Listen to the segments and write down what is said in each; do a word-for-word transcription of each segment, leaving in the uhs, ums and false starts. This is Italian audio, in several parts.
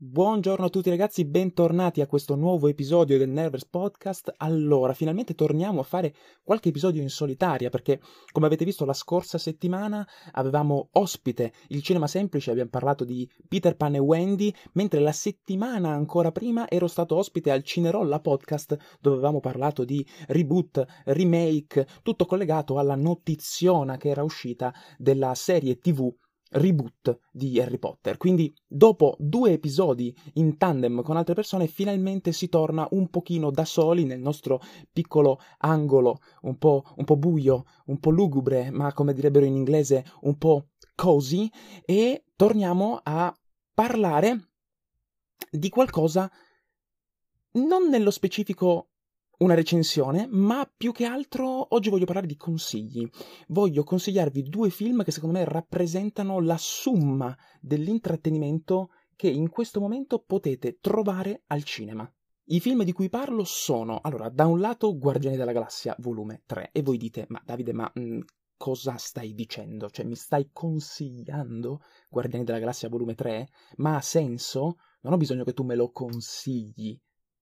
Buongiorno a tutti ragazzi, bentornati a questo nuovo episodio del Nervous Podcast. Allora, finalmente torniamo a fare qualche episodio in solitaria perché, come avete visto, la scorsa settimana avevamo ospite il Cinema Semplice, abbiamo parlato di Peter Pan e Wendy, mentre la settimana ancora prima ero stato ospite al Cinerolla Podcast dove avevamo parlato di reboot, remake, tutto collegato alla notiziona che era uscita della serie tivù reboot di Harry Potter. Quindi dopo due episodi in tandem con altre persone finalmente si torna un pochino da soli nel nostro piccolo angolo un po', un po' buio, un po' lugubre, ma come direbbero in inglese un po' cozy, e torniamo a parlare di qualcosa non nello specifico una recensione, ma più che altro oggi voglio parlare di consigli. Voglio consigliarvi due film che secondo me rappresentano la summa dell'intrattenimento che in questo momento potete trovare al cinema. I film di cui parlo sono, allora, da un lato Guardiani della Galassia volume tre, e voi dite, ma Davide, ma mh, cosa stai dicendo? Cioè, mi stai consigliando Guardiani della Galassia volume tre? Ma ha senso? Non ho bisogno che tu me lo consigli.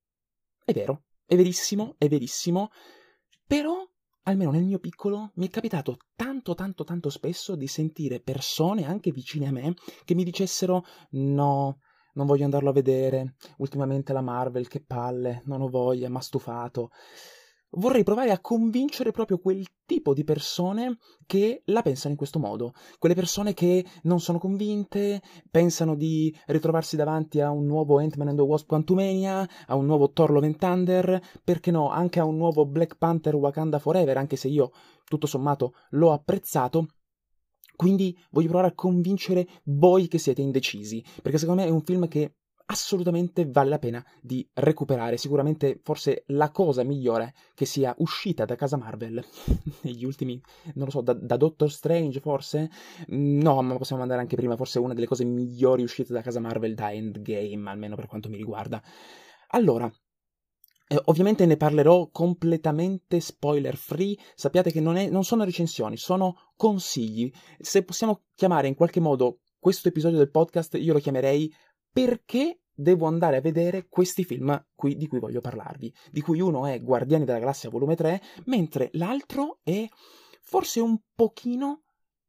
È vero. È verissimo, è verissimo, però, almeno nel mio piccolo, mi è capitato tanto, tanto, tanto spesso di sentire persone, anche vicine a me, che mi dicessero no, non voglio andarlo a vedere, ultimamente la Marvel, che palle, non ho voglia, m'ha stufato. Vorrei provare a convincere proprio quel tipo di persone che la pensano in questo modo. Quelle persone che non sono convinte, pensano di ritrovarsi davanti a un nuovo Ant-Man and the Wasp Quantumania, a un nuovo Thor Love and Thunder, perché no, anche a un nuovo Black Panther Wakanda Forever, anche se io, tutto sommato, l'ho apprezzato. Quindi voglio provare a convincere voi che siete indecisi, perché secondo me è un film che assolutamente vale la pena di recuperare, sicuramente forse la cosa migliore che sia uscita da casa Marvel negli ultimi, non lo so, da, da Doctor Strange forse? No, ma possiamo andare anche prima, forse una delle cose migliori uscite da casa Marvel da Endgame, almeno per quanto mi riguarda. Allora, eh, ovviamente ne parlerò completamente spoiler free, sappiate che non, è, non sono recensioni, sono consigli. Se possiamo chiamare in qualche modo questo episodio del podcast, io lo chiamerei perché devo andare a vedere questi film qui, di cui voglio parlarvi, di cui uno è Guardiani della Galassia volume tre, mentre l'altro è forse un pochino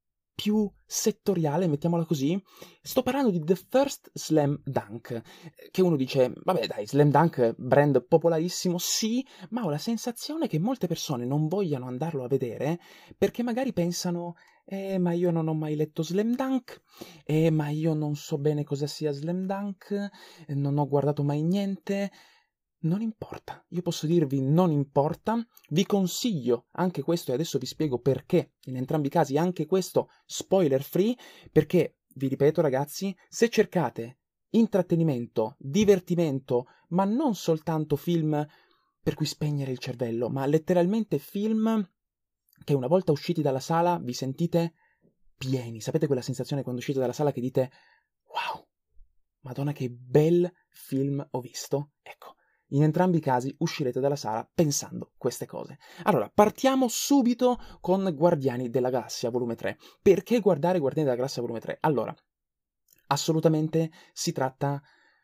più settoriale, mettiamola così. Sto parlando di The First Slam Dunk, che uno dice, vabbè dai, Slam Dunk, brand popolarissimo, sì, ma ho la sensazione che molte persone non vogliano andarlo a vedere perché magari pensano, eh, ma io non ho mai letto Slam Dunk, eh, ma io non so bene cosa sia Slam Dunk, non ho guardato mai niente. Non importa, io posso dirvi non importa, vi consiglio anche questo e adesso vi spiego perché, in entrambi i casi anche questo spoiler free, perché, vi ripeto ragazzi, se cercate intrattenimento, divertimento, ma non soltanto film per cui spegnere il cervello, ma letteralmente film che una volta usciti dalla sala vi sentite pieni, sapete quella sensazione quando uscite dalla sala che dite wow, Madonna che bel film ho visto? Ecco. In entrambi i casi uscirete dalla sala pensando queste cose. Allora, partiamo subito con Guardiani della Galassia volume tre. Perché guardare Guardiani della Galassia volume tre? Allora, assolutamente si tratta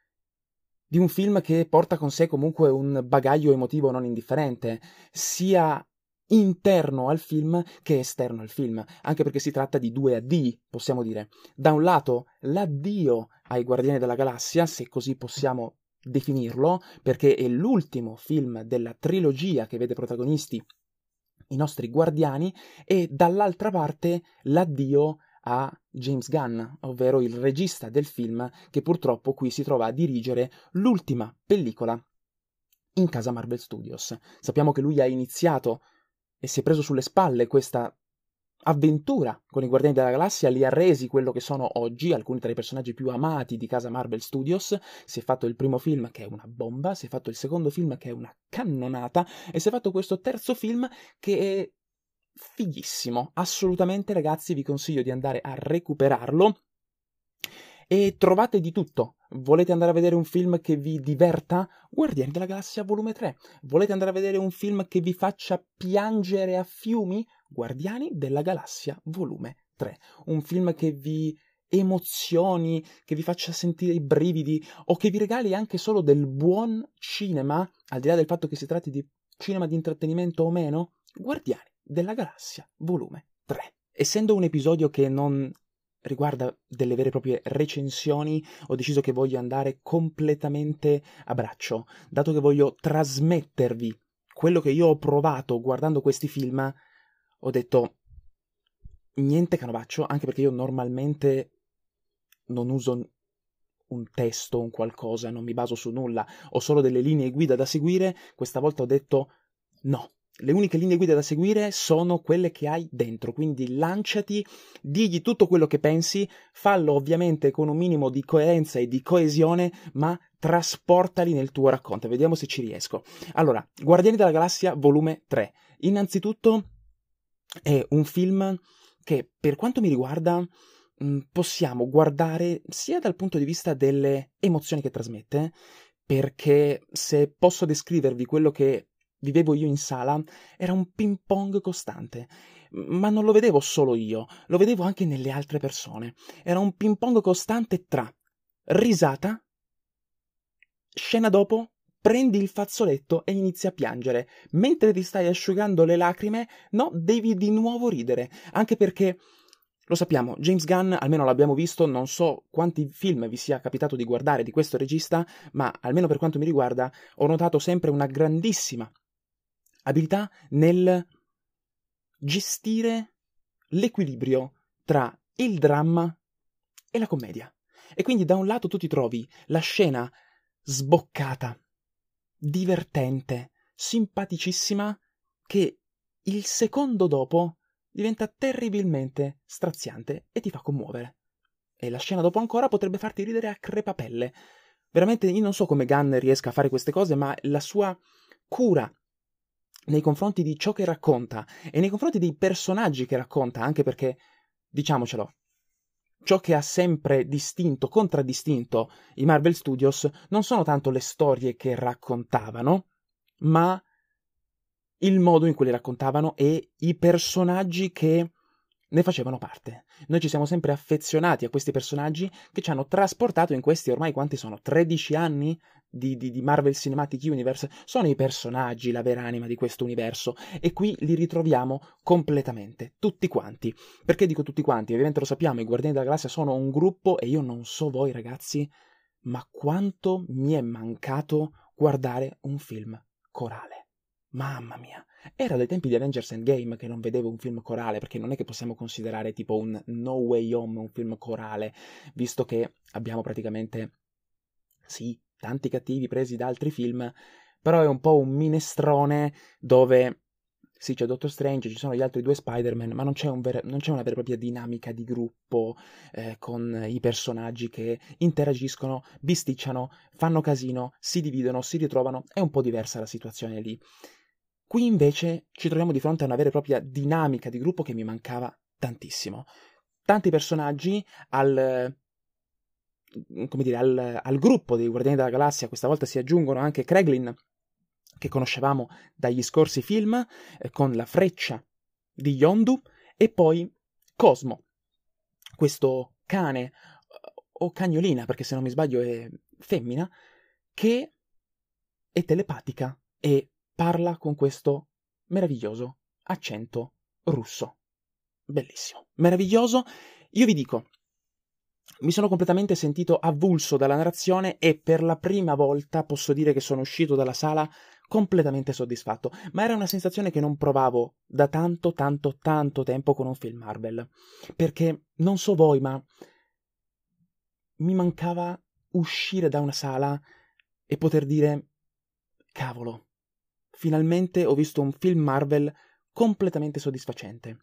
di un film che porta con sé comunque un bagaglio emotivo non indifferente, sia interno al film che esterno al film, anche perché si tratta di due addii, possiamo dire. Da un lato, l'addio ai Guardiani della Galassia, se così possiamo definirlo, perché è l'ultimo film della trilogia che vede protagonisti i nostri guardiani, e dall'altra parte l'addio a James Gunn, ovvero il regista del film che purtroppo qui si trova a dirigere l'ultima pellicola in casa Marvel Studios. Sappiamo che lui ha iniziato e si è preso sulle spalle questa avventura con i Guardiani della Galassia, li ha resi quello che sono oggi, alcuni tra i personaggi più amati di casa Marvel Studios. Si è fatto il primo film che è una bomba, si è fatto il secondo film che è una cannonata e si è fatto questo terzo film che è fighissimo. Assolutamente ragazzi vi consiglio di andare a recuperarlo. E trovate di tutto. Volete andare a vedere un film che vi diverta? Guardiani della Galassia volume tre. Volete andare a vedere un film che vi faccia piangere a fiumi? Guardiani della Galassia volume tre. Un film che vi emozioni, che vi faccia sentire i brividi o che vi regali anche solo del buon cinema, al di là del fatto che si tratti di cinema di intrattenimento o meno, Guardiani della Galassia volume tre. Essendo un episodio che non riguarda delle vere e proprie recensioni, ho deciso che voglio andare completamente a braccio, dato che voglio trasmettervi quello che io ho provato guardando questi film. Ho detto niente canovaccio, anche perché io normalmente non uso un testo, un qualcosa, non mi baso su nulla, ho solo delle linee guida da seguire. Questa volta ho detto no, le uniche linee guida da seguire sono quelle che hai dentro, quindi lanciati, digli tutto quello che pensi, fallo ovviamente con un minimo di coerenza e di coesione, ma trasportali nel tuo racconto. Vediamo se ci riesco. Allora, Guardiani della Galassia volume tre. Innanzitutto è un film che, per quanto mi riguarda, possiamo guardare sia dal punto di vista delle emozioni che trasmette, perché se posso descrivervi quello che vivevo io in sala, era un ping pong costante, ma non lo vedevo solo io, lo vedevo anche nelle altre persone. Era un ping pong costante tra risata, scena dopo, prendi il fazzoletto e inizi a piangere. Mentre ti stai asciugando le lacrime, no, devi di nuovo ridere, anche perché lo sappiamo, James Gunn, almeno l'abbiamo visto, non so quanti film vi sia capitato di guardare di questo regista, ma almeno per quanto mi riguarda ho notato sempre una grandissima abilità nel gestire l'equilibrio tra il dramma e la commedia. E quindi da un lato tu ti trovi la scena sboccata, divertente, simpaticissima, che il secondo dopo diventa terribilmente straziante e ti fa commuovere. E la scena dopo ancora potrebbe farti ridere a crepapelle. Veramente io non so come Gunn riesca a fare queste cose, ma la sua cura nei confronti di ciò che racconta e nei confronti dei personaggi che racconta, anche perché, diciamocelo, ciò che ha sempre distinto, contraddistinto i Marvel Studios non sono tanto le storie che raccontavano, ma il modo in cui le raccontavano e i personaggi che ne facevano parte. Noi ci siamo sempre affezionati a questi personaggi che ci hanno trasportato in questi ormai quanti sono? tredici anni di, di, di Marvel Cinematic Universe? Sono i personaggi la vera anima di questo universo e qui li ritroviamo completamente, tutti quanti. Perché dico tutti quanti? Ovviamente lo sappiamo, i Guardiani della Galassia sono un gruppo e io non so voi ragazzi, ma quanto mi è mancato guardare un film corale. Mamma mia, era dai tempi di Avengers Endgame che non vedevo un film corale, perché non è che possiamo considerare tipo un No Way Home un film corale, visto che abbiamo praticamente, sì, tanti cattivi presi da altri film, però è un po' un minestrone dove, sì, c'è Doctor Strange, ci sono gli altri due Spider-Man, ma non c'è, un ver- non c'è una vera e propria dinamica di gruppo eh, con i personaggi che interagiscono, bisticciano, fanno casino, si dividono, si ritrovano, è un po' diversa la situazione lì. Qui invece ci troviamo di fronte a una vera e propria dinamica di gruppo che mi mancava tantissimo. Tanti personaggi al, come dire, al, al gruppo dei Guardiani della Galassia, questa volta si aggiungono anche Kraglin, che conoscevamo dagli scorsi film, eh, con la freccia di Yondu, e poi Cosmo, questo cane, o cagnolina, perché se non mi sbaglio è femmina, che è telepatica e parla con questo meraviglioso accento russo. Bellissimo, meraviglioso. Io vi dico, mi sono completamente sentito avulso dalla narrazione e per la prima volta posso dire che sono uscito dalla sala completamente soddisfatto, ma era una sensazione che non provavo da tanto, tanto, tanto tempo con un film Marvel, perché non so voi, ma mi mancava uscire da una sala e poter dire cavolo, finalmente ho visto un film Marvel completamente soddisfacente.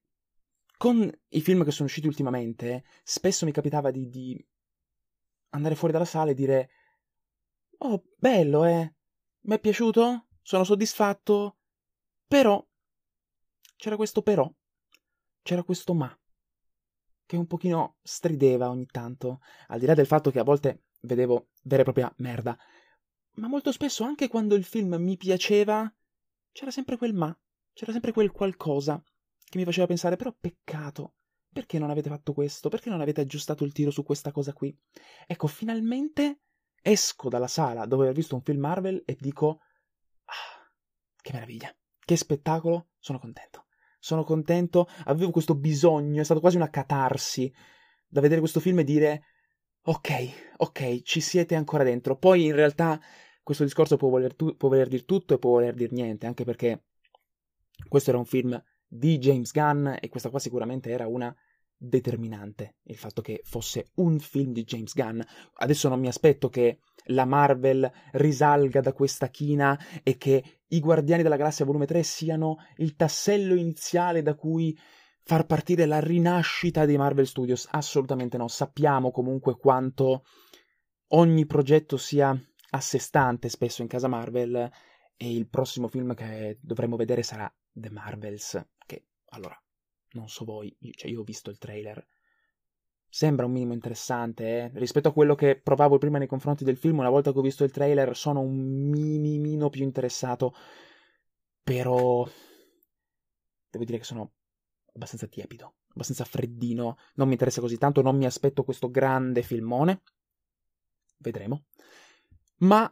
Con i film che sono usciti ultimamente, spesso mi capitava di, di andare fuori dalla sala e dire oh, bello, eh, mi è piaciuto, sono soddisfatto, però, c'era questo però, c'era questo ma, che un pochino strideva ogni tanto, al di là del fatto che a volte vedevo vera e propria merda, ma molto spesso anche quando il film mi piaceva, c'era sempre quel ma, c'era sempre quel qualcosa che mi faceva pensare, però peccato, perché non avete fatto questo? Perché non avete aggiustato il tiro su questa cosa qui? Ecco, finalmente esco dalla sala dopo aver visto un film Marvel e dico, ah, che meraviglia, che spettacolo, sono contento. Sono contento, avevo questo bisogno, è stato quasi una catarsi da vedere questo film e dire, ok, ok, ci siete ancora dentro. Poi in realtà questo discorso può voler, tu- può voler dire tutto e può voler dire niente, anche perché questo era un film di James Gunn e questa qua sicuramente era una determinante, il fatto che fosse un film di James Gunn. Adesso non mi aspetto che la Marvel risalga da questa china e che i Guardiani della Galassia volume tre siano il tassello iniziale da cui far partire la rinascita dei Marvel Studios. Assolutamente no. Sappiamo comunque quanto ogni progetto sia a sé stante spesso in casa Marvel, e il prossimo film che dovremo vedere sarà The Marvels, che allora non so voi, io, cioè io ho visto il trailer, sembra un minimo interessante, eh? Rispetto a quello che provavo prima nei confronti del film. Una volta che ho visto il trailer sono un minimino più interessato, però devo dire che sono abbastanza tiepido, abbastanza freddino, non mi interessa così tanto, non mi aspetto questo grande filmone, vedremo, ma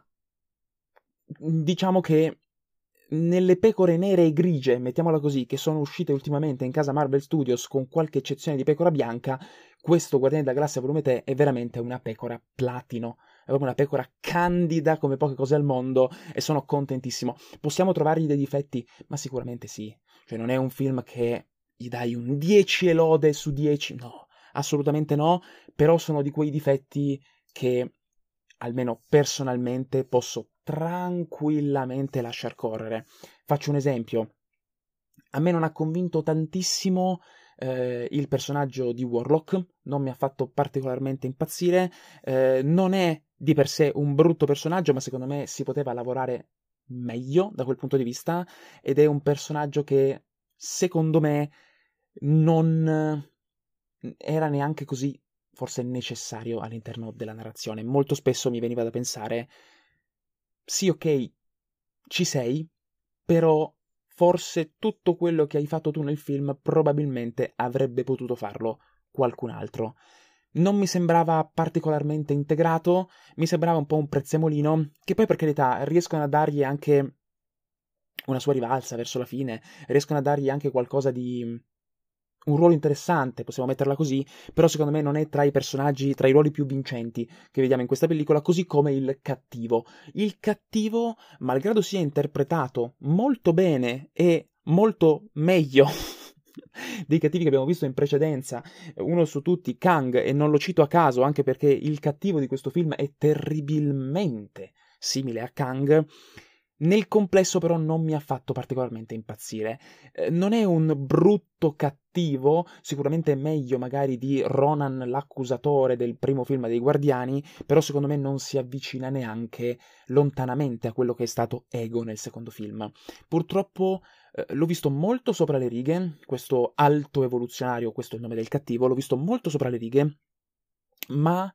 diciamo che nelle pecore nere e grigie, mettiamola così, che sono uscite ultimamente in casa Marvel Studios, con qualche eccezione di pecora bianca, questo Guardiani della Galassia volume tre è veramente una pecora platino, è proprio una pecora candida come poche cose al mondo, e sono contentissimo. Possiamo trovargli dei difetti? Ma sicuramente sì. Cioè non è un film che gli dai un dieci e lode su dieci, no, assolutamente no, però sono di quei difetti che almeno personalmente posso tranquillamente lasciar correre. Faccio un esempio. A me non ha convinto tantissimo eh, il personaggio di Warlock, non mi ha fatto particolarmente impazzire, eh, non è di per sé un brutto personaggio, ma secondo me si poteva lavorare meglio da quel punto di vista, ed è un personaggio che secondo me non era neanche così forse necessario all'interno della narrazione. Molto spesso mi veniva da pensare, sì, ok, ci sei, però forse tutto quello che hai fatto tu nel film probabilmente avrebbe potuto farlo qualcun altro. Non mi sembrava particolarmente integrato, mi sembrava un po' un prezzemolino, che poi per carità riescono a dargli anche una sua rivalsa verso la fine, riescono a dargli anche qualcosa di un ruolo interessante, possiamo metterla così, però secondo me non è tra i personaggi, tra i ruoli più vincenti che vediamo in questa pellicola, così come il cattivo. Il cattivo, malgrado sia interpretato molto bene e molto meglio dei cattivi che abbiamo visto in precedenza, uno su tutti, Kang, e non lo cito a caso, anche perché il cattivo di questo film è terribilmente simile a Kang, nel complesso però non mi ha fatto particolarmente impazzire. Eh, non è un brutto cattivo, sicuramente è meglio magari di Ronan l'accusatore del primo film dei Guardiani, però secondo me non si avvicina neanche lontanamente a quello che è stato Ego nel secondo film. Purtroppo eh, l'ho visto molto sopra le righe, questo alto evoluzionario, questo è il nome del cattivo, l'ho visto molto sopra le righe, ma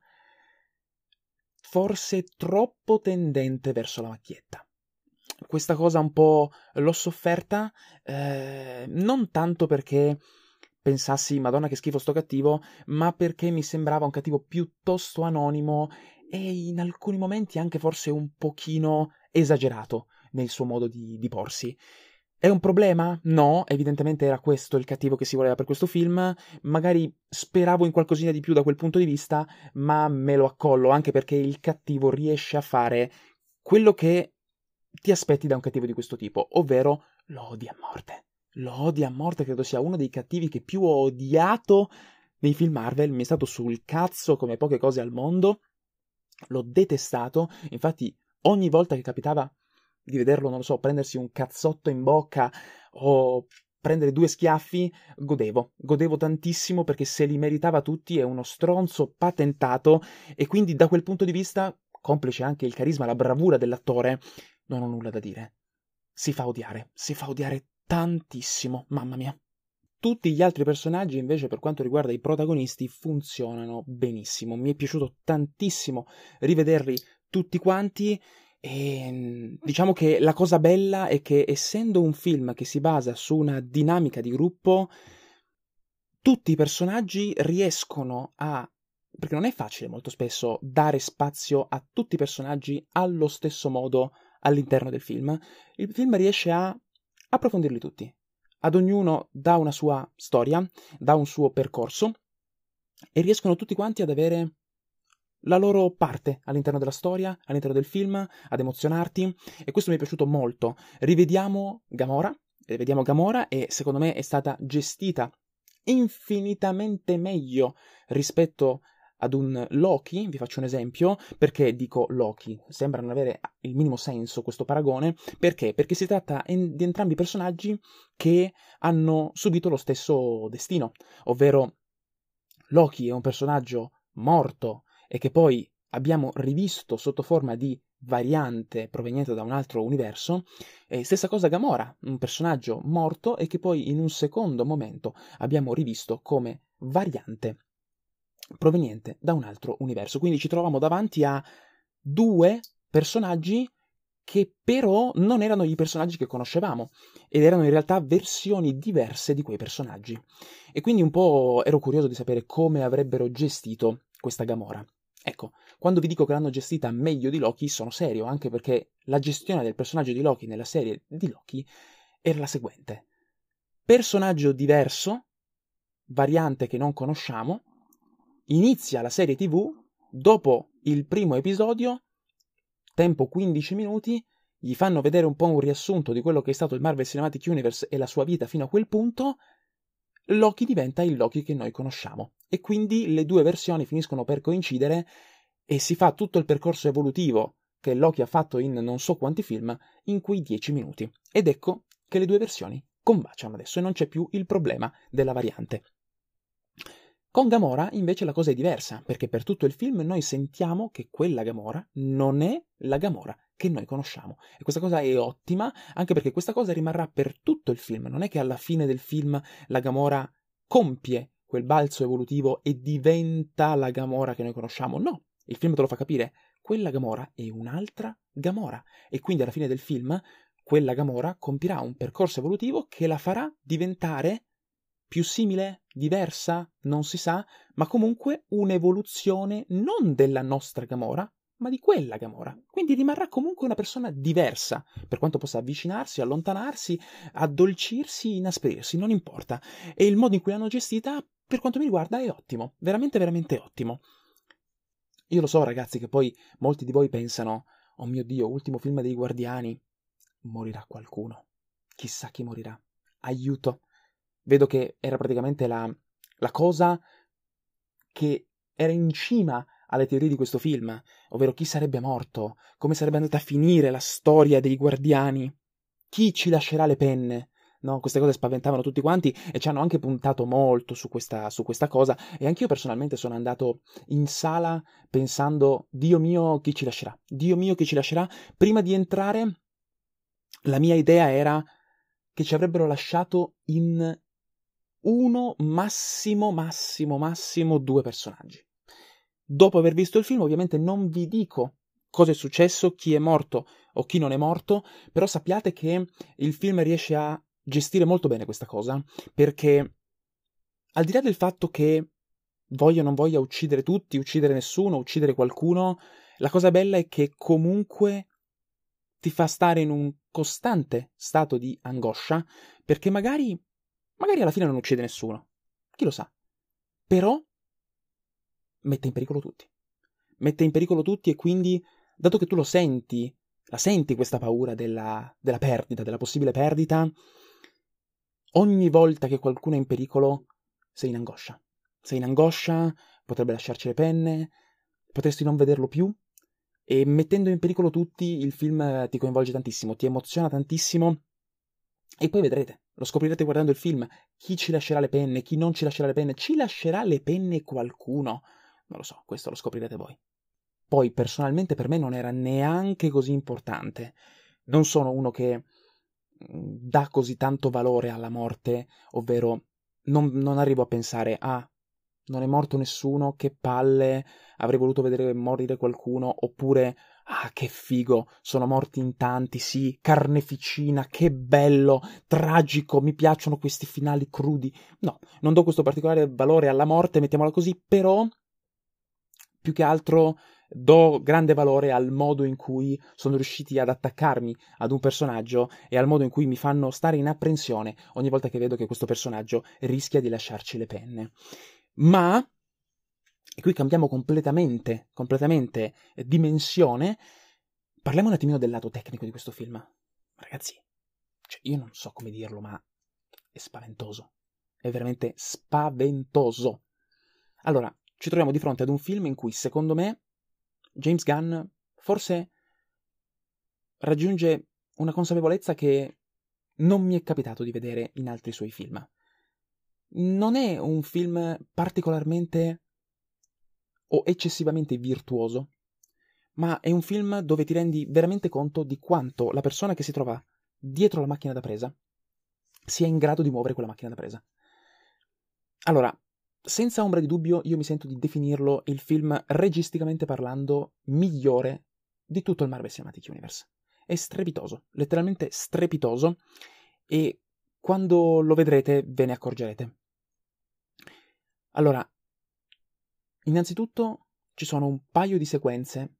forse troppo tendente verso la macchietta. Questa cosa un po' l'ho sofferta, eh, non tanto perché pensassi Madonna che schifo sto cattivo, ma perché mi sembrava un cattivo piuttosto anonimo e in alcuni momenti anche forse un pochino esagerato nel suo modo di, di porsi. È un problema? No, evidentemente era questo il cattivo che si voleva per questo film, magari speravo in qualcosina di più da quel punto di vista, ma me lo accollo, anche perché il cattivo riesce a fare quello che ti aspetti da un cattivo di questo tipo, ovvero lo odi a morte. Lo odi a morte, credo sia uno dei cattivi che più ho odiato nei film Marvel, mi è stato sul cazzo come poche cose al mondo, l'ho detestato, infatti ogni volta che capitava di vederlo, non lo so, prendersi un cazzotto in bocca o prendere due schiaffi, godevo, godevo tantissimo perché se li meritava tutti, è uno stronzo patentato, e quindi da quel punto di vista, complice anche il carisma, la bravura dell'attore, non ho nulla da dire. Si fa odiare, si fa odiare tantissimo, mamma mia. Tutti gli altri personaggi, invece, per quanto riguarda i protagonisti, funzionano benissimo. Mi è piaciuto tantissimo rivederli tutti quanti, e diciamo che la cosa bella è che, essendo un film che si basa su una dinamica di gruppo, tutti i personaggi riescono a... perché non è facile molto spesso dare spazio a tutti i personaggi allo stesso modo all'interno del film. Il film riesce a approfondirli tutti. Ad ognuno dà una sua storia, dà un suo percorso e riescono tutti quanti ad avere la loro parte all'interno della storia, all'interno del film, ad emozionarti, e questo mi è piaciuto molto. Rivediamo Gamora, rivediamo Gamora e secondo me è stata gestita infinitamente meglio rispetto ad un Loki. Vi faccio un esempio. Perché dico Loki? Sembra non avere il minimo senso questo paragone. Perché? Perché si tratta en- di entrambi personaggi che hanno subito lo stesso destino, ovvero Loki è un personaggio morto e che poi abbiamo rivisto sotto forma di variante proveniente da un altro universo, e stessa cosa Gamora, un personaggio morto e che poi in un secondo momento abbiamo rivisto come variante proveniente da un altro universo. Quindi ci troviamo davanti a due personaggi che però non erano i personaggi che conoscevamo, ed erano in realtà versioni diverse di quei personaggi. E quindi un po' ero curioso di sapere come avrebbero gestito questa Gamora. Ecco, quando vi dico che l'hanno gestita meglio di Loki, sono serio, anche perché la gestione del personaggio di Loki nella serie di Loki era la seguente. Personaggio diverso, variante che non conosciamo, inizia la serie tivù, dopo il primo episodio, tempo quindici minuti, gli fanno vedere un po' un riassunto di quello che è stato il Marvel Cinematic Universe e la sua vita fino a quel punto. Loki diventa il Loki che noi conosciamo, e quindi le due versioni finiscono per coincidere e si fa tutto il percorso evolutivo che Loki ha fatto in non so quanti film in quei dieci minuti. Ed ecco che le due versioni combaciano adesso e non c'è più il problema della variante. Con Gamora invece la cosa è diversa, perché per tutto il film noi sentiamo che quella Gamora non è la Gamora che noi conosciamo. E questa cosa è ottima, anche perché questa cosa rimarrà per tutto il film. Non è che alla fine del film la Gamora compie quel balzo evolutivo e diventa la Gamora che noi conosciamo. No, il film te lo fa capire. Quella Gamora è un'altra Gamora. E quindi alla fine del film quella Gamora compirà un percorso evolutivo che la farà diventare più simile, diversa, non si sa, ma comunque un'evoluzione non della nostra Gamora, ma di quella Gamora. Quindi rimarrà comunque una persona diversa, per quanto possa avvicinarsi, allontanarsi, addolcirsi, inasprirsi, non importa. E il modo in cui l'hanno gestita, per quanto mi riguarda, è ottimo, veramente, veramente ottimo. Io lo so, ragazzi, che poi molti di voi pensano, oh mio Dio, ultimo film dei Guardiani, morirà qualcuno. Chissà chi morirà. Aiuto. Vedo che era praticamente la, la cosa che era in cima alle teorie di questo film, ovvero chi sarebbe morto, come sarebbe andata a finire la storia dei Guardiani, chi ci lascerà le penne. No, queste cose spaventavano tutti quanti e ci hanno anche puntato molto su questa, su questa cosa, e anch'io personalmente sono andato in sala pensando, Dio mio, chi ci lascerà? Dio mio, chi ci lascerà? Prima di entrare la mia idea era che ci avrebbero lasciato in uno, massimo, massimo, massimo due personaggi. Dopo aver visto il film, ovviamente non vi dico cosa è successo, chi è morto o chi non è morto, però sappiate che il film riesce a gestire molto bene questa cosa, perché al di là del fatto che voglia o non voglia uccidere tutti, uccidere nessuno, uccidere qualcuno, la cosa bella è che comunque ti fa stare in un costante stato di angoscia, perché magari Magari alla fine non uccide nessuno, chi lo sa, però mette in pericolo tutti. Mette in pericolo tutti e quindi, dato che tu lo senti, la senti questa paura della, della perdita, della possibile perdita, ogni volta che qualcuno è in pericolo sei in angoscia. Sei in angoscia, potrebbe lasciarci le penne, potresti non vederlo più, e mettendo in pericolo tutti il film ti coinvolge tantissimo, ti emoziona tantissimo, e poi vedrete, lo scoprirete guardando il film, chi ci lascerà le penne, chi non ci lascerà le penne, ci lascerà le penne qualcuno? Non lo so, questo lo scoprirete voi. Poi, personalmente, per me non era neanche così importante. Non sono uno che dà così tanto valore alla morte, ovvero non, non arrivo a pensare, ah, non è morto nessuno, che palle, avrei voluto vedere morire qualcuno, oppure, ah, che figo, sono morti in tanti, sì, carneficina, che bello, tragico, mi piacciono questi finali crudi. No, non do questo particolare valore alla morte, mettiamola così, però più che altro do grande valore al modo in cui sono riusciti ad attaccarmi ad un personaggio e al modo in cui mi fanno stare in apprensione ogni volta che vedo che questo personaggio rischia di lasciarci le penne. Ma, e qui cambiamo completamente, completamente eh, dimensione, parliamo un attimino del lato tecnico di questo film. Ragazzi, cioè io non so come dirlo, ma è spaventoso. È veramente spaventoso. Allora, ci troviamo di fronte ad un film in cui, secondo me, James Gunn forse raggiunge una consapevolezza che non mi è capitato di vedere in altri suoi film. Non è un film particolarmente o eccessivamente virtuoso, ma è un film dove ti rendi veramente conto di quanto la persona che si trova dietro la macchina da presa sia in grado di muovere quella macchina da presa. Allora, senza ombra di dubbio, io mi sento di definirlo il film registicamente parlando migliore di tutto il Marvel Cinematic Universe. È strepitoso, letteralmente strepitoso, e quando lo vedrete ve ne accorgerete. Allora, innanzitutto ci sono un paio di sequenze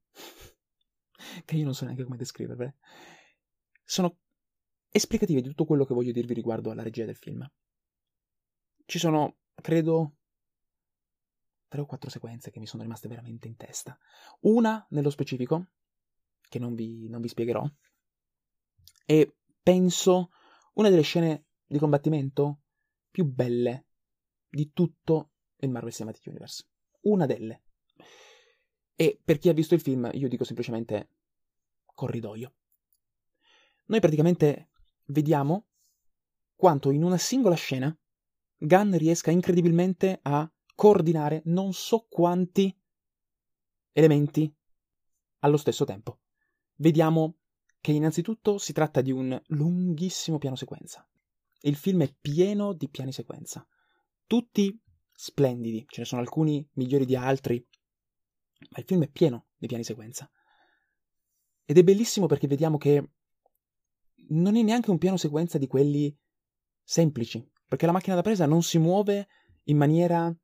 che io non so neanche come descriverle. Sono esplicative di tutto quello che voglio dirvi riguardo alla regia del film. Ci sono, credo, tre o quattro sequenze che mi sono rimaste veramente in testa. Una, nello specifico, che non vi, non vi spiegherò, è, penso, una delle scene di combattimento più belle di tutto il Marvel Cinematic Universe. Una delle. E per chi ha visto il film, io dico semplicemente corridoio. Noi praticamente vediamo quanto in una singola scena Gunn riesca incredibilmente a coordinare non so quanti elementi allo stesso tempo. Vediamo che innanzitutto si tratta di un lunghissimo piano sequenza. Il film è pieno di piani sequenza, tutti splendidi, ce ne sono alcuni migliori di altri, ma il film è pieno di piani sequenza. Ed è bellissimo perché vediamo che non è neanche un piano sequenza di quelli semplici, perché la macchina da presa non si muove in maniera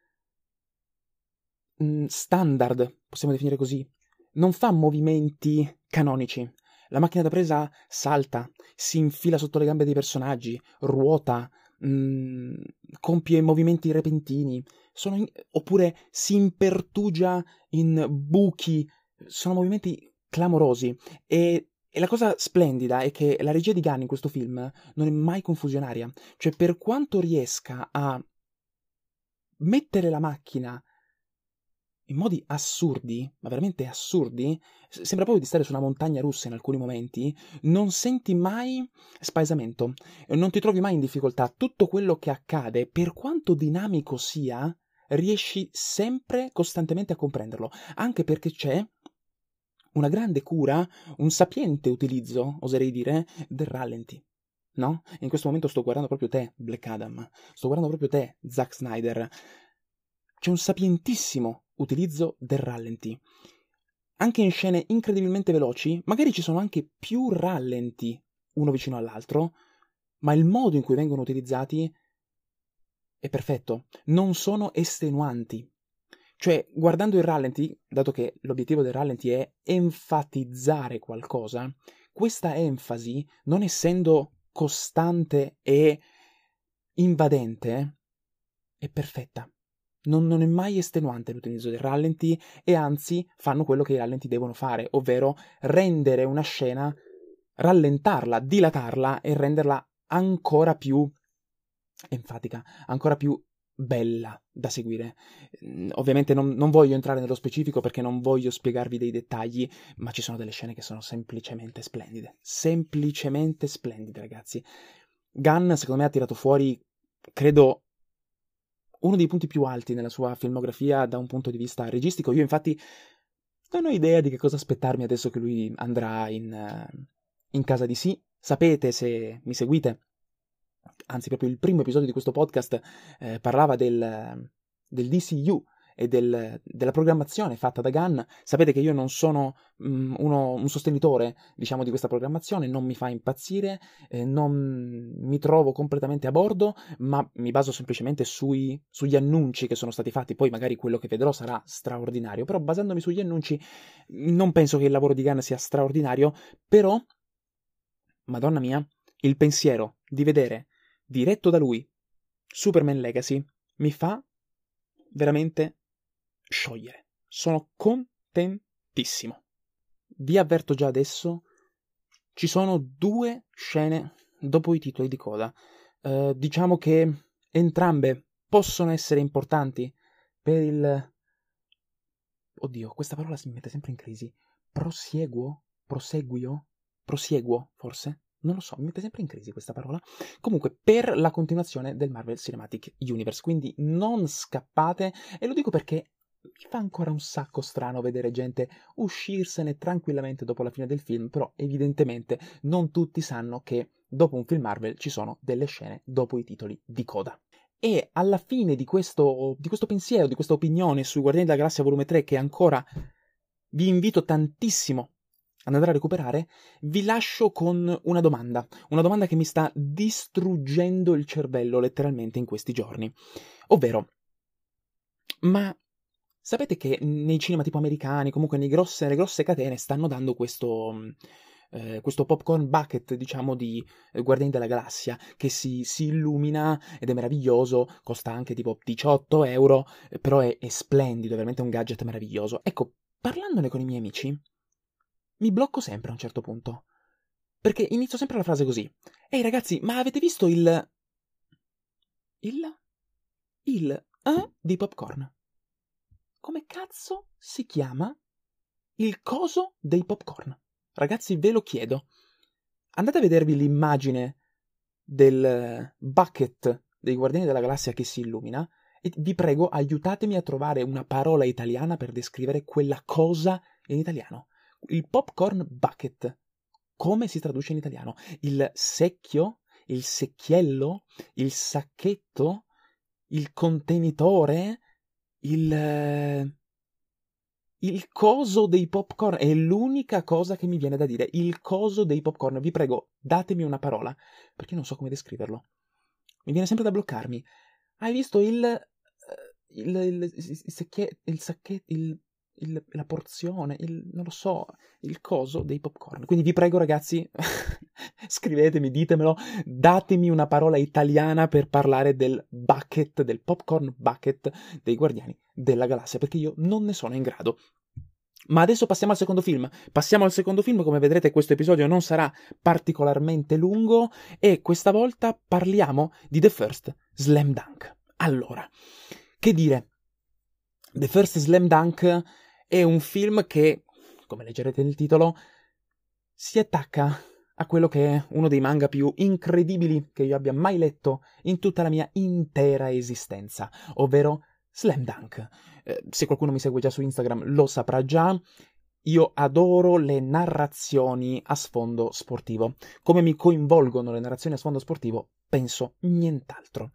mh, standard, possiamo definire così. Non fa movimenti canonici. La macchina da presa salta, si infila sotto le gambe dei personaggi, ruota, mh, compie movimenti repentini, sono in... oppure si impertugia in buchi. Sono movimenti clamorosi. E E la cosa splendida è che la regia di Gunn in questo film non è mai confusionaria. Cioè, per quanto riesca a mettere la macchina in modi assurdi, ma veramente assurdi, sembra proprio di stare su una montagna russa in alcuni momenti, non senti mai spaesamento, non ti trovi mai in difficoltà. Tutto quello che accade, per quanto dinamico sia, riesci sempre costantemente a comprenderlo, anche perché c'è una grande cura, un sapiente utilizzo, oserei dire, del rallenti, no? In questo momento sto guardando proprio te, Black Adam, sto guardando proprio te, Zack Snyder. C'è un sapientissimo utilizzo del rallenti. Anche in scene incredibilmente veloci, magari ci sono anche più rallenti uno vicino all'altro, ma il modo in cui vengono utilizzati è perfetto, non sono estenuanti. Cioè, guardando il rallenti, dato che l'obiettivo del rallenti è enfatizzare qualcosa, questa enfasi, non essendo costante e invadente, è perfetta. Non, non è mai estenuante l'utilizzo del rallenti e anzi fanno quello che i rallenti devono fare, ovvero rendere una scena, rallentarla, dilatarla e renderla ancora più enfatica, ancora più bella da seguire. Ovviamente non, non voglio entrare nello specifico perché non voglio spiegarvi dei dettagli, ma ci sono delle scene che sono semplicemente splendide. Semplicemente splendide, ragazzi. Gunn, secondo me, ha tirato fuori, credo, uno dei punti più alti nella sua filmografia da un punto di vista registico. Io, infatti, non ho idea di che cosa aspettarmi adesso che lui andrà in, in casa di sì. Sapete, se mi seguite, anzi proprio il primo episodio di questo podcast eh, parlava del, del D C U e del, della programmazione fatta da Gunn. Sapete che io non sono um, uno, un sostenitore, diciamo, di questa programmazione, non mi fa impazzire, eh, non mi trovo completamente a bordo, ma mi baso semplicemente sui, sugli annunci che sono stati fatti. Poi magari quello che vedrò sarà straordinario, però basandomi sugli annunci non penso che il lavoro di Gunn sia straordinario, però, madonna mia, il pensiero di vedere diretto da lui Superman Legacy mi fa veramente sciogliere. Sono contentissimo. Vi avverto già adesso, ci sono due scene dopo i titoli di coda. Uh, diciamo che entrambe possono essere importanti per il... Oddio, questa parola si mi mette sempre in crisi. Prosieguo? Proseguio? Prosieguo, forse? Non lo so, mi mette sempre in crisi questa parola. Comunque, per la continuazione del Marvel Cinematic Universe, quindi non scappate, e lo dico perché mi fa ancora un sacco strano vedere gente uscirsene tranquillamente dopo la fine del film, però evidentemente non tutti sanno che dopo un film Marvel ci sono delle scene dopo i titoli di coda. E alla fine di questo, di questo pensiero, di questa opinione sui Guardiani della Galassia volume tre, che ancora vi invito tantissimo ad andare a recuperare, vi lascio con una domanda, una domanda che mi sta distruggendo il cervello letteralmente in questi giorni, ovvero, ma sapete che nei cinema tipo americani, comunque nei grosse, nelle grosse catene, stanno dando questo, eh, questo popcorn bucket, diciamo, di eh, Guardiani della Galassia, che si, si illumina ed è meraviglioso, costa anche tipo diciotto euro, eh, però è, è splendido, è veramente un gadget meraviglioso. Ecco, parlandone con i miei amici, mi blocco sempre a un certo punto, perché inizio sempre la frase così: ehi ragazzi, ma avete visto il... il... il... eh? di popcorn? Come cazzo si chiama il coso dei popcorn? Ragazzi, ve lo chiedo. Andate a vedervi l'immagine del bucket dei Guardiani della Galassia che si illumina e vi prego, aiutatemi a trovare una parola italiana per descrivere quella cosa in italiano. Il popcorn bucket. Come si traduce in italiano? Il secchio? Il secchiello? Il sacchetto? Il contenitore? Il... Il coso dei popcorn è l'unica cosa che mi viene da dire. Il coso dei popcorn. Vi prego, datemi una parola, perché non so come descriverlo. Mi viene sempre da bloccarmi. Hai visto il... il... il... il, secchie, il sacchetto... Il, il, la porzione, il, non lo so, il coso dei popcorn. Quindi vi prego ragazzi, scrivetemi, ditemelo, datemi una parola italiana per parlare del bucket, del popcorn bucket dei Guardiani della Galassia, perché io non ne sono in grado. Ma adesso passiamo al secondo film. Passiamo al secondo film, come vedrete questo episodio non sarà particolarmente lungo e questa volta parliamo di The First Slam Dunk. Allora, che dire? The First Slam Dunk è un film che, come leggerete nel titolo, si attacca a quello che è uno dei manga più incredibili che io abbia mai letto in tutta la mia intera esistenza, ovvero Slam Dunk. Eh, se qualcuno mi segue già su Instagram lo saprà già, io adoro le narrazioni a sfondo sportivo. Come mi coinvolgono le narrazioni a sfondo sportivo, penso nient'altro.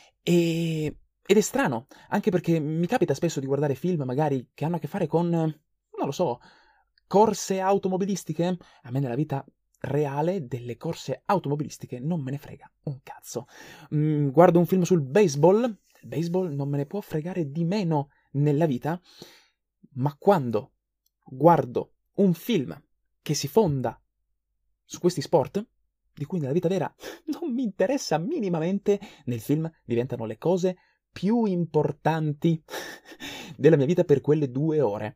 E... Ed è strano, anche perché mi capita spesso di guardare film magari che hanno a che fare con, non lo so, corse automobilistiche. A me nella vita reale delle corse automobilistiche non me ne frega un cazzo. Mm, guardo un film sul baseball, il baseball non me ne può fregare di meno nella vita, ma quando guardo un film che si fonda su questi sport, di cui nella vita vera non mi interessa minimamente, nel film diventano le cose più importanti della mia vita per quelle due ore.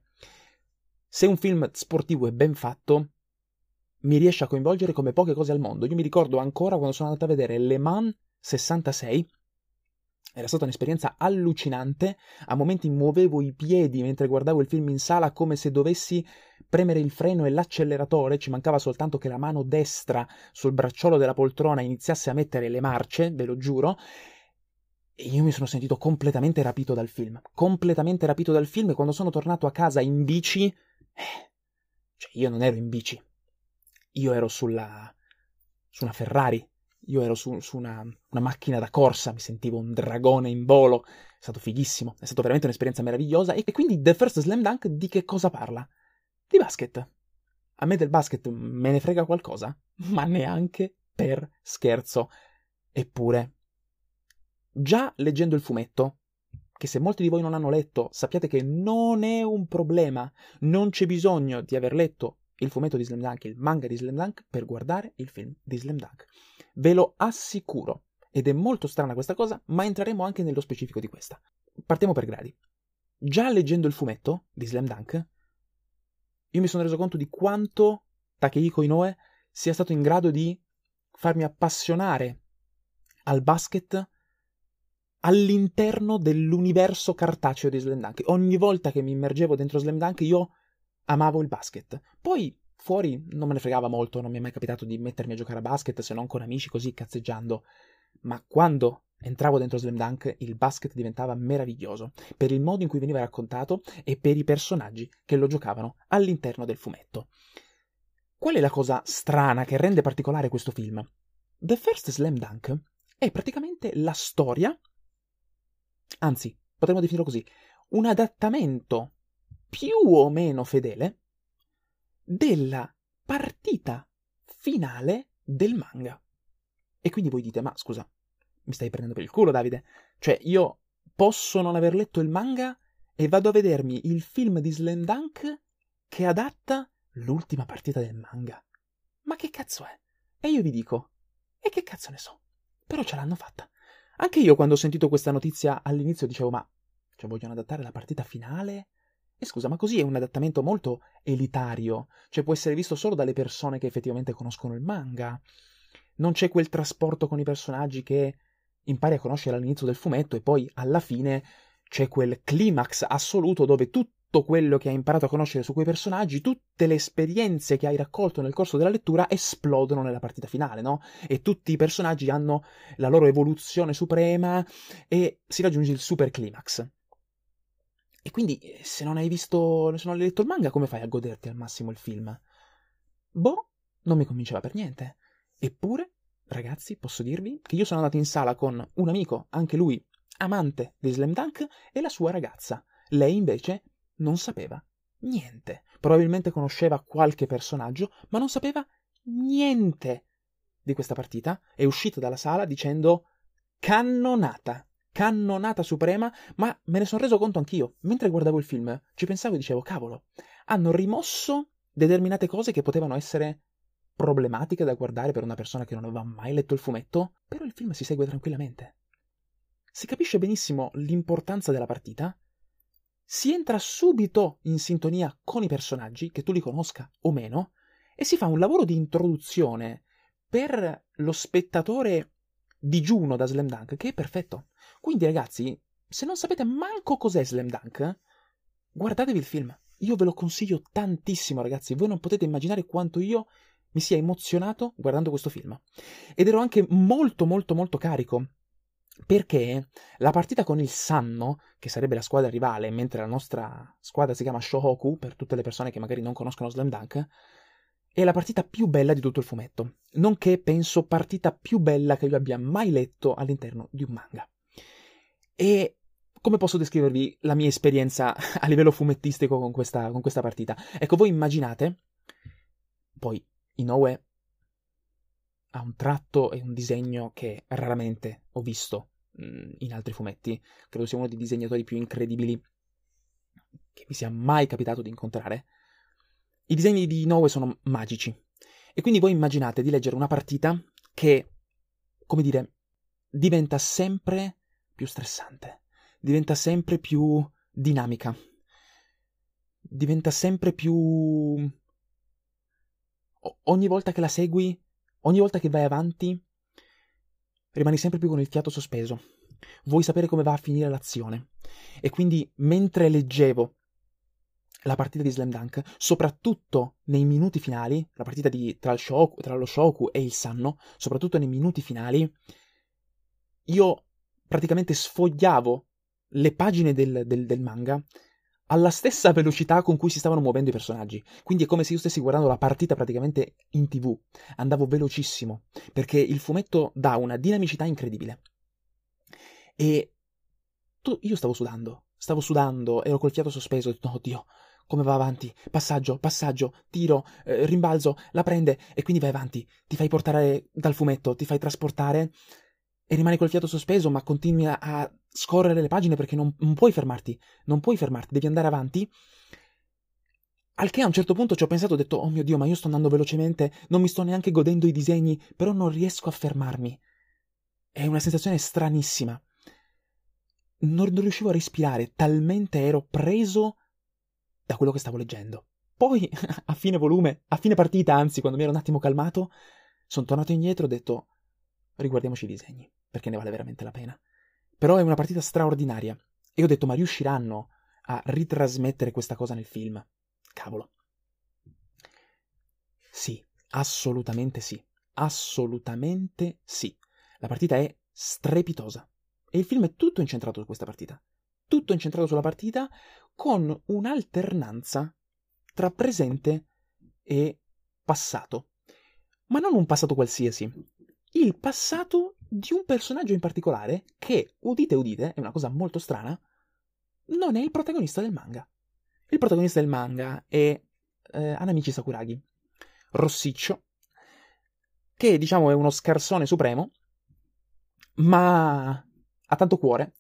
Se un film sportivo è ben fatto, mi riesce a coinvolgere come poche cose al mondo. Io mi ricordo ancora quando sono andato a vedere Le Mans sessantasei, era stata un'esperienza allucinante, a momenti muovevo i piedi mentre guardavo il film in sala come se dovessi premere il freno e l'acceleratore, ci mancava soltanto che la mano destra sul bracciolo della poltrona iniziasse a mettere le marce, ve lo giuro. E io mi sono sentito completamente rapito dal film, completamente rapito dal film, e quando sono tornato a casa in bici, eh, cioè io non ero in bici, io ero sulla, su una Ferrari, io ero su, su una, una macchina da corsa, mi sentivo un dragone in volo, è stato fighissimo, è stata veramente un'esperienza meravigliosa. E, e quindi The First Slam Dunk di che cosa parla? Di basket. A me del basket me ne frega qualcosa, ma neanche per scherzo. Eppure, già leggendo il fumetto, che se molti di voi non hanno letto, sappiate che non è un problema, non c'è bisogno di aver letto il fumetto di Slam Dunk, il manga di Slam Dunk, per guardare il film di Slam Dunk. Ve lo assicuro. Ed è molto strana questa cosa, ma entreremo anche nello specifico di questa. Partiamo per gradi. Già leggendo il fumetto di Slam Dunk, io mi sono reso conto di quanto Takehiko Inoue sia stato in grado di farmi appassionare al basket all'interno dell'universo cartaceo di Slam Dunk. Ogni volta che mi immergevo dentro Slam Dunk io amavo il basket. Poi fuori non me ne fregava molto, non mi è mai capitato di mettermi a giocare a basket se non con amici così cazzeggiando. Ma quando entravo dentro Slam Dunk il basket diventava meraviglioso per il modo in cui veniva raccontato e per i personaggi che lo giocavano all'interno del fumetto. Qual è la cosa strana che rende particolare questo film? The First Slam Dunk è praticamente la storia, anzi, potremmo definirlo così, un adattamento più o meno fedele della partita finale del manga. E quindi voi dite, ma scusa, mi stai prendendo per il culo, Davide? Cioè, io posso non aver letto il manga e vado a vedermi il film di Slam Dunk che adatta l'ultima partita del manga. Ma che cazzo è? E io vi dico, e che cazzo ne so? Però ce l'hanno fatta. Anche io quando ho sentito questa notizia all'inizio dicevo, ma cioè vogliono adattare la partita finale? E scusa, ma così è un adattamento molto elitario, cioè può essere visto solo dalle persone che effettivamente conoscono il manga. Non c'è quel trasporto con i personaggi che impari a conoscere all'inizio del fumetto e poi alla fine c'è quel climax assoluto dove tutto quello che hai imparato a conoscere su quei personaggi, tutte le esperienze che hai raccolto nel corso della lettura esplodono nella partita finale, no? E tutti i personaggi hanno la loro evoluzione suprema e si raggiunge il super climax. E quindi se non hai visto, se non hai letto il manga, come fai a goderti al massimo il film? Boh, non mi convinceva per niente. Eppure, ragazzi, posso dirvi che io sono andato in sala con un amico, anche lui amante di Slam Dunk, e la sua ragazza. Lei invece non sapeva niente. Probabilmente conosceva qualche personaggio, ma non sapeva niente di questa partita. È uscita dalla sala dicendo cannonata, cannonata suprema, ma me ne sono reso conto anch'io. Mentre guardavo il film ci pensavo e dicevo, cavolo, hanno rimosso determinate cose che potevano essere problematiche da guardare per una persona che non aveva mai letto il fumetto, però il film si segue tranquillamente. Si capisce benissimo l'importanza della partita, si entra subito in sintonia con i personaggi, che tu li conosca o meno, e si fa un lavoro di introduzione per lo spettatore digiuno da Slam Dunk che è perfetto. Quindi ragazzi, se non sapete manco cos'è Slam Dunk, guardatevi il film. Io ve lo consiglio tantissimo, ragazzi. Voi non potete immaginare quanto io mi sia emozionato guardando questo film. Ed ero anche molto molto molto carico, perché la partita con il Sanno, che sarebbe la squadra rivale, mentre la nostra squadra si chiama Shohoku, per tutte le persone che magari non conoscono Slam Dunk, è la partita più bella di tutto il fumetto, nonché penso partita più bella che io abbia mai letto all'interno di un manga. E come posso descrivervi la mia esperienza a livello fumettistico con questa, con questa partita? Ecco, voi immaginate, poi Inoue ha un tratto e un disegno che raramente ho visto mh, in altri fumetti. Credo sia uno dei disegnatori più incredibili che mi sia mai capitato di incontrare. I disegni di Inoue sono magici. E quindi voi immaginate di leggere una partita che, come dire, diventa sempre più stressante, diventa sempre più dinamica, diventa sempre più... Ogni volta che la segui, ogni volta che vai avanti, rimani sempre più con il fiato sospeso. Vuoi sapere come va a finire l'azione. E quindi, mentre leggevo la partita di Slam Dunk, soprattutto nei minuti finali, la partita di, tra, il Shoku, tra lo Shoku e il Sanno, soprattutto nei minuti finali, io praticamente sfogliavo le pagine del, del, del manga alla stessa velocità con cui si stavano muovendo i personaggi. Quindi è come se io stessi guardando la partita praticamente in tivù. Andavo velocissimo, perché il fumetto dà una dinamicità incredibile. E tu, io stavo sudando, stavo sudando, ero col fiato sospeso, ho detto, oh Dio, come va avanti? Passaggio, passaggio, tiro, eh, rimbalzo, la prende, e quindi vai avanti, ti fai portare dal fumetto, ti fai trasportare, e rimani col fiato sospeso, ma continui a, a scorrere le pagine perché non, non puoi fermarti, non puoi fermarti, devi andare avanti. Al che a un certo punto ci ho pensato, ho detto, oh mio Dio, ma io sto andando velocemente, non mi sto neanche godendo i disegni, però non riesco a fermarmi. È una sensazione stranissima. Non, non riuscivo a respirare, talmente ero preso da quello che stavo leggendo. Poi, a fine volume, a fine partita, anzi, quando mi ero un attimo calmato, sono tornato indietro e ho detto, riguardiamoci i disegni, perché ne vale veramente la pena. Però è una partita straordinaria. E ho detto, ma riusciranno a ritrasmettere questa cosa nel film? Cavolo. Sì, assolutamente sì. Assolutamente sì. La partita è strepitosa. E il film è tutto incentrato su questa partita. Tutto incentrato sulla partita, con un'alternanza tra presente e passato. Ma non un passato qualsiasi. Il passato di un personaggio in particolare che, udite udite, è una cosa molto strana, non è il protagonista del manga. Il protagonista del manga è eh, Hanamichi Sakuragi, rossiccio, che diciamo è uno scarsone supremo, ma ha tanto cuore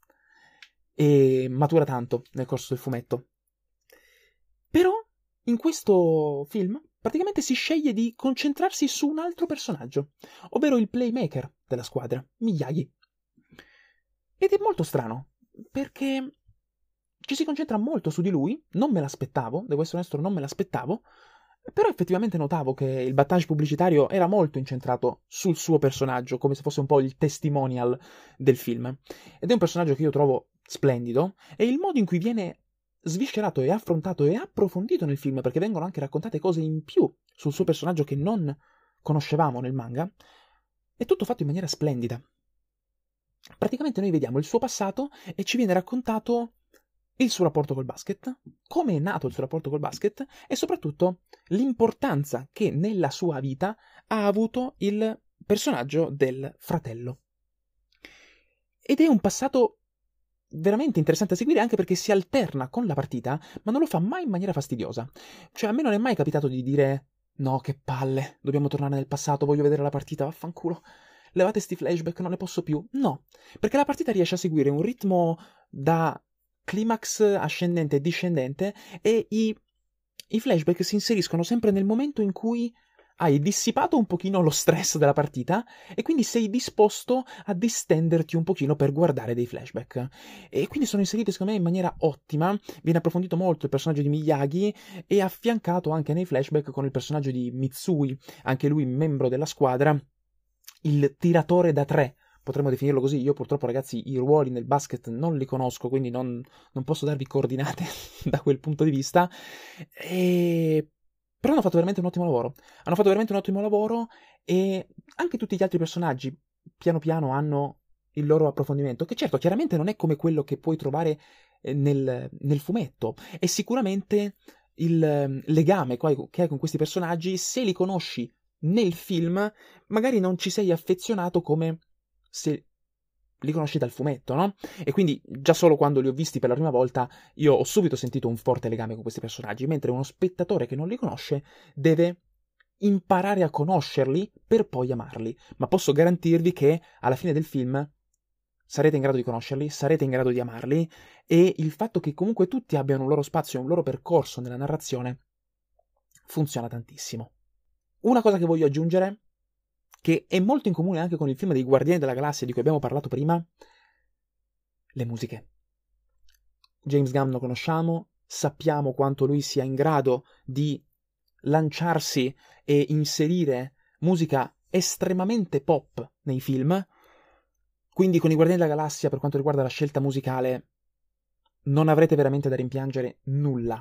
e matura tanto nel corso del fumetto. Però in questo film praticamente si sceglie di concentrarsi su un altro personaggio, ovvero il playmaker della squadra, Miyagi. Ed è molto strano, perché ci si concentra molto su di lui, non me l'aspettavo, devo essere onesto, non me l'aspettavo, però effettivamente notavo che il battage pubblicitario era molto incentrato sul suo personaggio, come se fosse un po' il testimonial del film. Ed è un personaggio che io trovo splendido, e il modo in cui viene sviscerato e affrontato e approfondito nel film, perché vengono anche raccontate cose in più sul suo personaggio che non conoscevamo nel manga, è tutto fatto in maniera splendida. Praticamente noi vediamo il suo passato e ci viene raccontato il suo rapporto col basket, come è nato il suo rapporto col basket e soprattutto l'importanza che nella sua vita ha avuto il personaggio del fratello. Ed è un passato veramente interessante da seguire, anche perché si alterna con la partita, ma non lo fa mai in maniera fastidiosa. Cioè, a me non è mai capitato di dire no, che palle, dobbiamo tornare nel passato, voglio vedere la partita, vaffanculo, levate sti flashback, non ne posso più. No, perché la partita riesce a seguire un ritmo da climax ascendente e discendente, e i, i flashback si inseriscono sempre nel momento in cui hai dissipato un pochino lo stress della partita e quindi sei disposto a distenderti un pochino per guardare dei flashback. E quindi sono inseriti secondo me in maniera ottima, viene approfondito molto il personaggio di Miyagi e affiancato anche nei flashback con il personaggio di Mitsui, anche lui membro della squadra, il tiratore da tre, potremmo definirlo così. Io purtroppo, ragazzi, i ruoli nel basket non li conosco, quindi non, non posso darvi coordinate da quel punto di vista. E... però hanno fatto veramente un ottimo lavoro. Hanno fatto veramente un ottimo lavoro, e anche tutti gli altri personaggi piano piano hanno il loro approfondimento, che certo, chiaramente non è come quello che puoi trovare nel, nel fumetto. È sicuramente il legame che hai con questi personaggi, se li conosci nel film, magari non ci sei affezionato come se li conosci dal fumetto, no? E quindi già solo quando li ho visti per la prima volta io ho subito sentito un forte legame con questi personaggi, mentre uno spettatore che non li conosce deve imparare a conoscerli per poi amarli. Ma posso garantirvi che alla fine del film sarete in grado di conoscerli, sarete in grado di amarli, e il fatto che comunque tutti abbiano un loro spazio e un loro percorso nella narrazione funziona tantissimo. Una cosa che voglio aggiungere, che è molto in comune anche con il film dei Guardiani della Galassia di cui abbiamo parlato prima: le musiche. James Gunn lo conosciamo, sappiamo quanto lui sia in grado di lanciarsi e inserire musica estremamente pop nei film, quindi con i Guardiani della Galassia, per quanto riguarda la scelta musicale, non avrete veramente da rimpiangere nulla.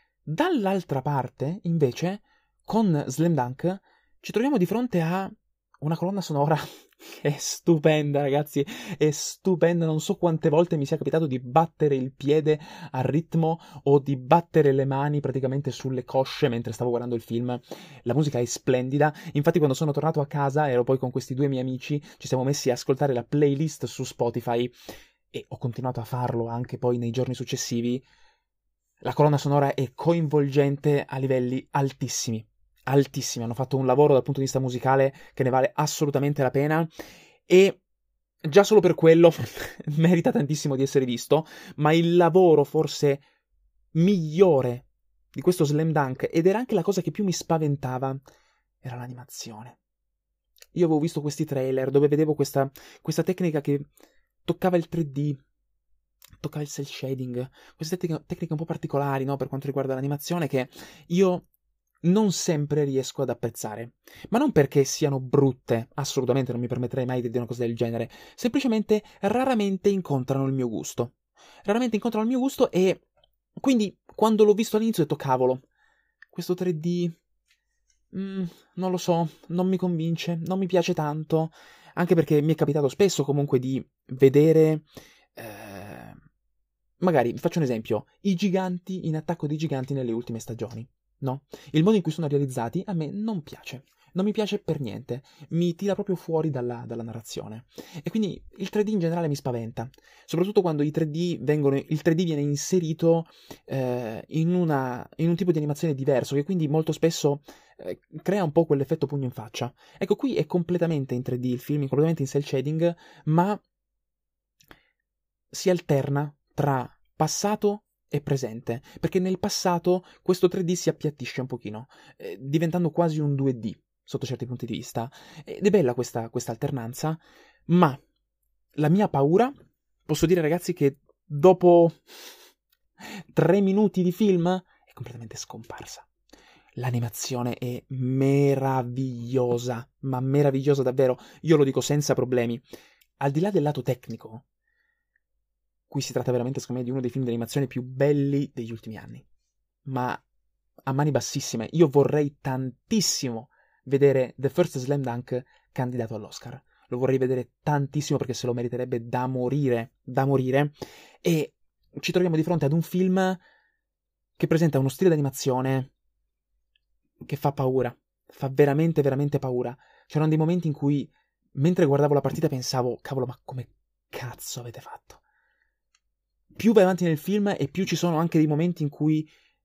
Dall'altra parte, invece, con Slam Dunk ci troviamo di fronte a una colonna sonora che è stupenda, ragazzi, è stupenda. Non so quante volte mi sia capitato di battere il piede al ritmo o di battere le mani praticamente sulle cosce mentre stavo guardando il film. La musica è splendida. Infatti quando sono tornato a casa, ero poi con questi due miei amici, ci siamo messi a ascoltare la playlist su Spotify e ho continuato a farlo anche poi nei giorni successivi. La colonna sonora è coinvolgente a livelli altissimi. Altissimi, hanno fatto un lavoro dal punto di vista musicale che ne vale assolutamente la pena e già solo per quello merita tantissimo di essere visto, ma il lavoro forse migliore di questo Slam Dunk, ed era anche la cosa che più mi spaventava, era l'animazione. Io avevo visto questi trailer dove vedevo questa, questa tecnica che toccava il tre D, toccava il cel shading, queste tecniche, tecniche un po' particolari, no, per quanto riguarda l'animazione, che io non sempre riesco ad apprezzare, ma non perché siano brutte, assolutamente non mi permetterei mai di dire una cosa del genere, semplicemente raramente incontrano il mio gusto. Raramente incontrano il mio gusto e quindi quando l'ho visto all'inizio ho detto cavolo, questo tre D, mm, non lo so, non mi convince, non mi piace tanto, anche perché mi è capitato spesso comunque di vedere... Eh, magari, vi faccio un esempio, i giganti in Attacco dei Giganti nelle ultime stagioni. No? Il modo in cui sono realizzati a me non piace, non mi piace per niente, mi tira proprio fuori dalla, dalla narrazione. E quindi il tre D in generale mi spaventa, soprattutto quando i tre D vengono, il tre D viene inserito eh, in, una, in un tipo di animazione diverso, che quindi molto spesso eh, crea un po' quell'effetto pugno in faccia. Ecco, qui è completamente in tre D il film, è completamente in cel shading, ma si alterna tra passato e presente, perché nel passato questo tre D si appiattisce un pochino, eh, diventando quasi un due D sotto certi punti di vista, ed è bella questa, questa alternanza, ma la mia paura, posso dire ragazzi che dopo tre minuti di film è completamente scomparsa. L'animazione è meravigliosa, ma meravigliosa davvero, io lo dico senza problemi. Al di là del lato tecnico, qui si tratta veramente, secondo me, di uno dei film di animazione più belli degli ultimi anni. Ma a mani bassissime. Io vorrei tantissimo vedere The First Slam Dunk candidato all'Oscar. Lo vorrei vedere tantissimo perché se lo meriterebbe da morire, da morire. E ci troviamo di fronte ad un film che presenta uno stile d'animazione che fa paura. Fa veramente, veramente paura. C'erano dei momenti in cui, mentre guardavo la partita, pensavo, cavolo, ma come cazzo avete fatto? Più vai avanti nel film e più ci sono anche dei momenti in cui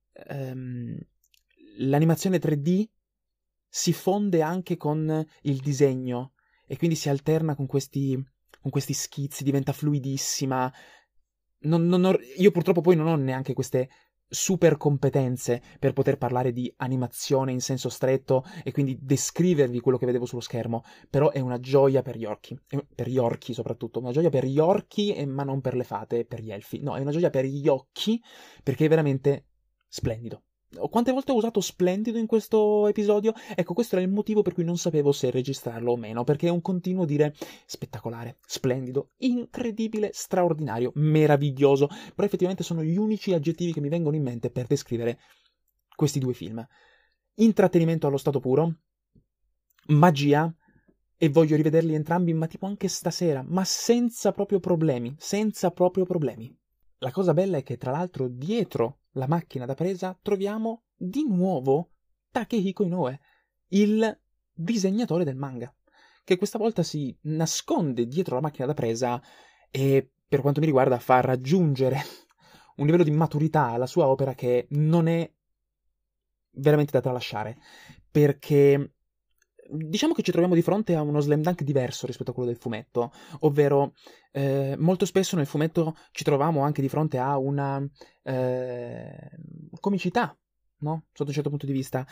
ehm, l'animazione tre D si fonde anche con il disegno e quindi si alterna con questi, con questi schizzi, diventa fluidissima. Non, non ho, io purtroppo poi non ho neanche queste super competenze per poter parlare di animazione in senso stretto e quindi descrivervi quello che vedevo sullo schermo, però è una gioia per gli occhi, per gli orchi soprattutto, una gioia per gli orchi ma non per le fate e per gli elfi, no, è una gioia per gli occhi perché è veramente splendido. Quante volte ho usato splendido in questo episodio? Ecco, questo era il motivo per cui non sapevo se registrarlo o meno, perché è un continuo dire spettacolare, splendido, incredibile, straordinario, meraviglioso, però effettivamente sono gli unici aggettivi che mi vengono in mente per descrivere questi due film. Intrattenimento allo stato puro, magia, e voglio rivederli entrambi, ma tipo anche stasera, ma senza proprio problemi, senza proprio problemi. La cosa bella è che tra l'altro dietro la macchina da presa troviamo di nuovo Takehiko Inoue, il disegnatore del manga, che questa volta si nasconde dietro la macchina da presa e per quanto mi riguarda fa raggiungere un livello di maturità alla sua opera che non è veramente da tralasciare, perché diciamo che ci troviamo di fronte a uno slam dunk diverso rispetto a quello del fumetto, ovvero eh, molto spesso nel fumetto ci trovavamo anche di fronte a una eh, comicità, no? Sotto un certo punto di vista,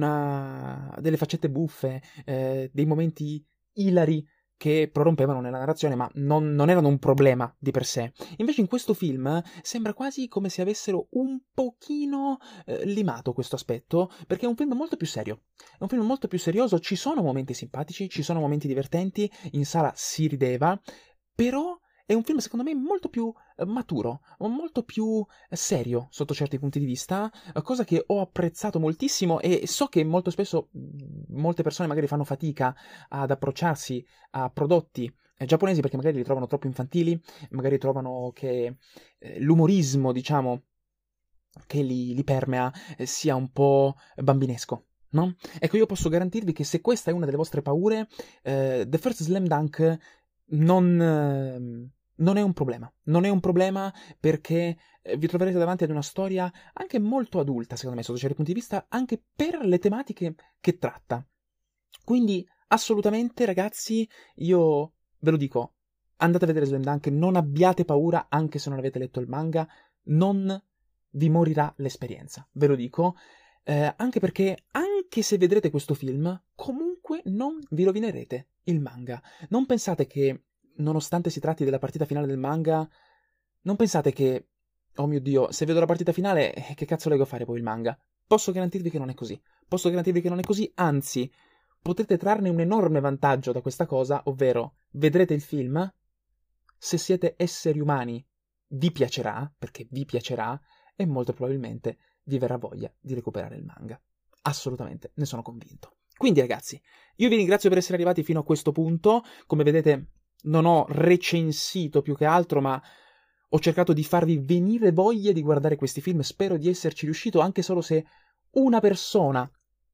una delle faccette buffe, eh, dei momenti ilari che prorompevano nella narrazione, ma non, non erano un problema di per sé. Invece in questo film sembra quasi come se avessero un pochino eh, limato questo aspetto, perché è un film molto più serio. È un film molto più serioso, ci sono momenti simpatici, ci sono momenti divertenti, in sala si rideva, però è un film secondo me molto più eh, maturo, molto più eh, serio sotto certi punti di vista, eh, cosa che ho apprezzato moltissimo e so che molto spesso molte persone magari fanno fatica ad approcciarsi a prodotti eh, giapponesi perché magari li trovano troppo infantili, magari trovano che eh, l'umorismo, diciamo, che li, li permea eh, sia un po' bambinesco. No? Ecco, io posso garantirvi che se questa è una delle vostre paure, eh, The First Slam Dunk non, eh, non è un problema. Non è un problema perché eh, vi troverete davanti ad una storia anche molto adulta, secondo me, sotto certi punti di vista, anche per le tematiche che tratta. Quindi, assolutamente, ragazzi, io ve lo dico, andate a vedere Slam Dunk, non abbiate paura, anche se non avete letto il manga, non vi morirà l'esperienza, ve lo dico. Eh, anche perché, anche se vedrete questo film, comunque non vi rovinerete il manga. Non pensate che, nonostante si tratti della partita finale del manga, non pensate che, oh mio Dio, se vedo la partita finale, eh, che cazzo leggo a fare poi il manga? Posso garantirvi che non è così. Posso garantirvi che non è così, anzi, potrete trarne un enorme vantaggio da questa cosa, ovvero, vedrete il film, se siete esseri umani, vi piacerà, perché vi piacerà, e molto probabilmente vi verrà voglia di recuperare il manga. Assolutamente, ne sono convinto. Quindi ragazzi, io vi ringrazio per essere arrivati fino a questo punto. Come vedete non ho recensito più che altro, ma ho cercato di farvi venire voglia di guardare questi film. Spero di esserci riuscito, anche solo se una persona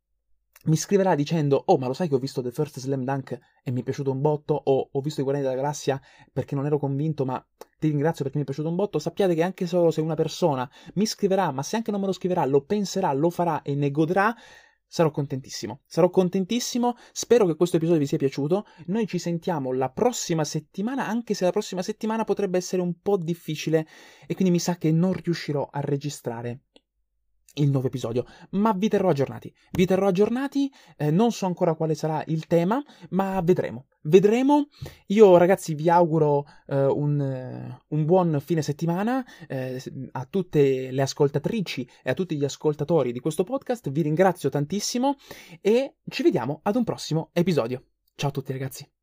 mi scriverà dicendo oh ma lo sai che ho visto The First Slam Dunk e mi è piaciuto un botto, o ho visto i Guardiani della Galassia perché non ero convinto ma ti ringrazio perché mi è piaciuto un botto. Sappiate che anche solo se una persona mi scriverà, ma se anche non me lo scriverà, lo penserà, lo farà e ne godrà, sarò contentissimo. Sarò contentissimo, spero che questo episodio vi sia piaciuto. Noi ci sentiamo la prossima settimana, anche se la prossima settimana potrebbe essere un po' difficile e quindi mi sa che non riuscirò a registrare il nuovo episodio, ma vi terrò aggiornati, vi terrò aggiornati, eh, non so ancora quale sarà il tema, ma vedremo, vedremo. Io ragazzi vi auguro eh, un, eh, un buon fine settimana eh, a tutte le ascoltatrici e a tutti gli ascoltatori di questo podcast, vi ringrazio tantissimo e ci vediamo ad un prossimo episodio. Ciao a tutti ragazzi.